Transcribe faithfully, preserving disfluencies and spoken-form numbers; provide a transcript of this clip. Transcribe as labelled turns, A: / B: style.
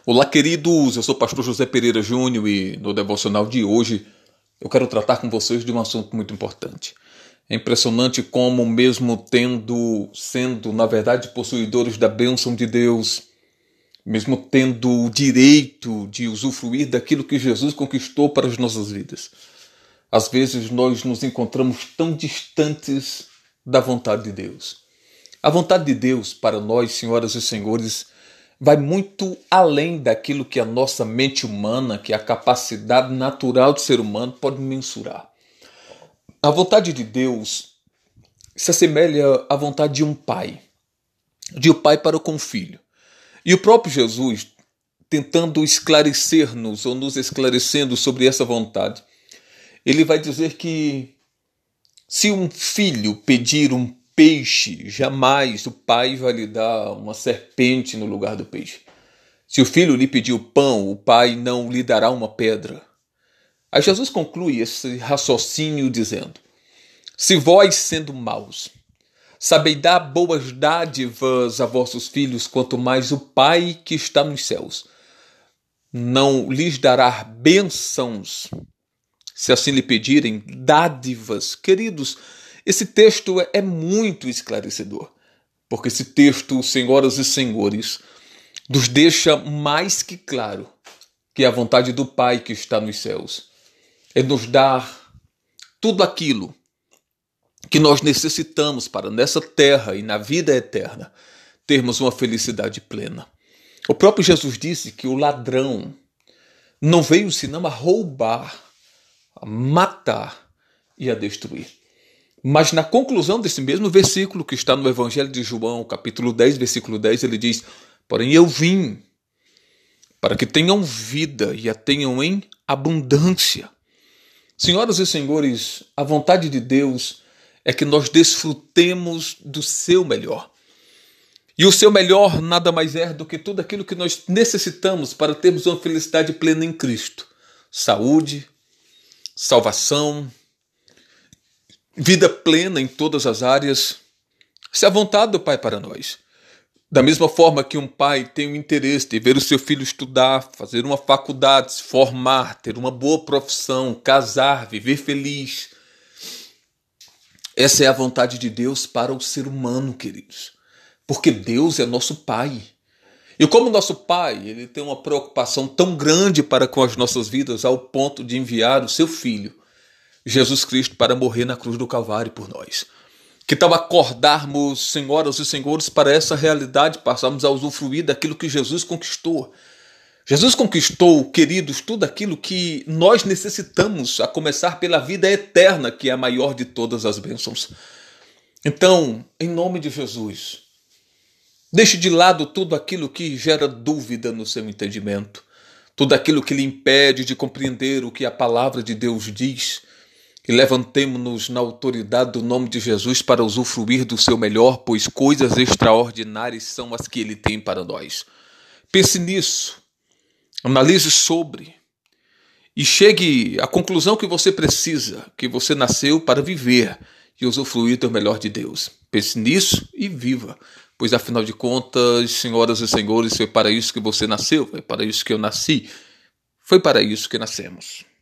A: Olá, queridos, eu sou o pastor José Pereira Júnior e no devocional de hoje eu quero tratar com vocês de um assunto muito importante. É impressionante como, mesmo tendo, sendo, na verdade, possuidores da bênção de Deus, mesmo tendo o direito de usufruir daquilo que Jesus conquistou para as nossas vidas, às vezes nós nos encontramos tão distantes da vontade de Deus. A vontade de Deus para nós, senhoras e senhores, vai muito além daquilo que a nossa mente humana, que é a capacidade natural do ser humano, pode mensurar. A vontade de Deus se assemelha à vontade de um pai, de um pai para com o filho. E o próprio Jesus, tentando esclarecer-nos ou nos esclarecendo sobre essa vontade, ele vai dizer que se um filho pedir um peixe, jamais o pai vai lhe dar uma serpente no lugar do peixe. Se o filho lhe pedir o pão, o pai não lhe dará uma pedra. Aí Jesus conclui esse raciocínio dizendo: se vós, sendo maus, sabeis dar boas dádivas a vossos filhos, quanto mais o Pai que está nos céus não lhes dará bênçãos, se assim lhe pedirem dádivas. Queridos, esse texto é muito esclarecedor, porque esse texto, senhoras e senhores, nos deixa mais que claro que a vontade do Pai que está nos céus é nos dar tudo aquilo que nós necessitamos para nessa terra e na vida eterna termos uma felicidade plena. O próprio Jesus disse que o ladrão não veio senão a roubar, a matar e a destruir. Mas na conclusão desse mesmo versículo que está no Evangelho de João, capítulo dez, versículo dez, ele diz: porém eu vim para que tenham vida e a tenham em abundância. Senhoras e senhores, a vontade de Deus é que nós desfrutemos do seu melhor. E o seu melhor nada mais é do que tudo aquilo que nós necessitamos para termos uma felicidade plena em Cristo. Saúde, salvação, vida plena em todas as áreas. Essa é a vontade do Pai para nós. Da mesma forma que um pai tem o interesse de ver o seu filho estudar, fazer uma faculdade, se formar, ter uma boa profissão, casar, viver feliz. Essa é a vontade de Deus para o ser humano, queridos. Porque Deus é nosso Pai. E como nosso Pai, Ele tem uma preocupação tão grande para com as nossas vidas, ao ponto de enviar o seu Filho, Jesus Cristo, para morrer na cruz do Calvário por nós. Que tal acordarmos, senhoras e senhores, para essa realidade, passarmos a usufruir daquilo que Jesus conquistou. Jesus conquistou, queridos, tudo aquilo que nós necessitamos, a começar pela vida eterna, que é a maior de todas as bênçãos. Então, em nome de Jesus, deixe de lado tudo aquilo que gera dúvida no seu entendimento, tudo aquilo que lhe impede de compreender o que a palavra de Deus diz, e levantemo-nos na autoridade do nome de Jesus para usufruir do seu melhor, pois coisas extraordinárias são as que Ele tem para nós. Pense nisso, analise sobre e chegue à conclusão que você precisa, que você nasceu para viver e usufruir do melhor de Deus. Pense nisso e viva, pois afinal de contas, senhoras e senhores, foi para isso que você nasceu, foi para isso que eu nasci, foi para isso que nascemos.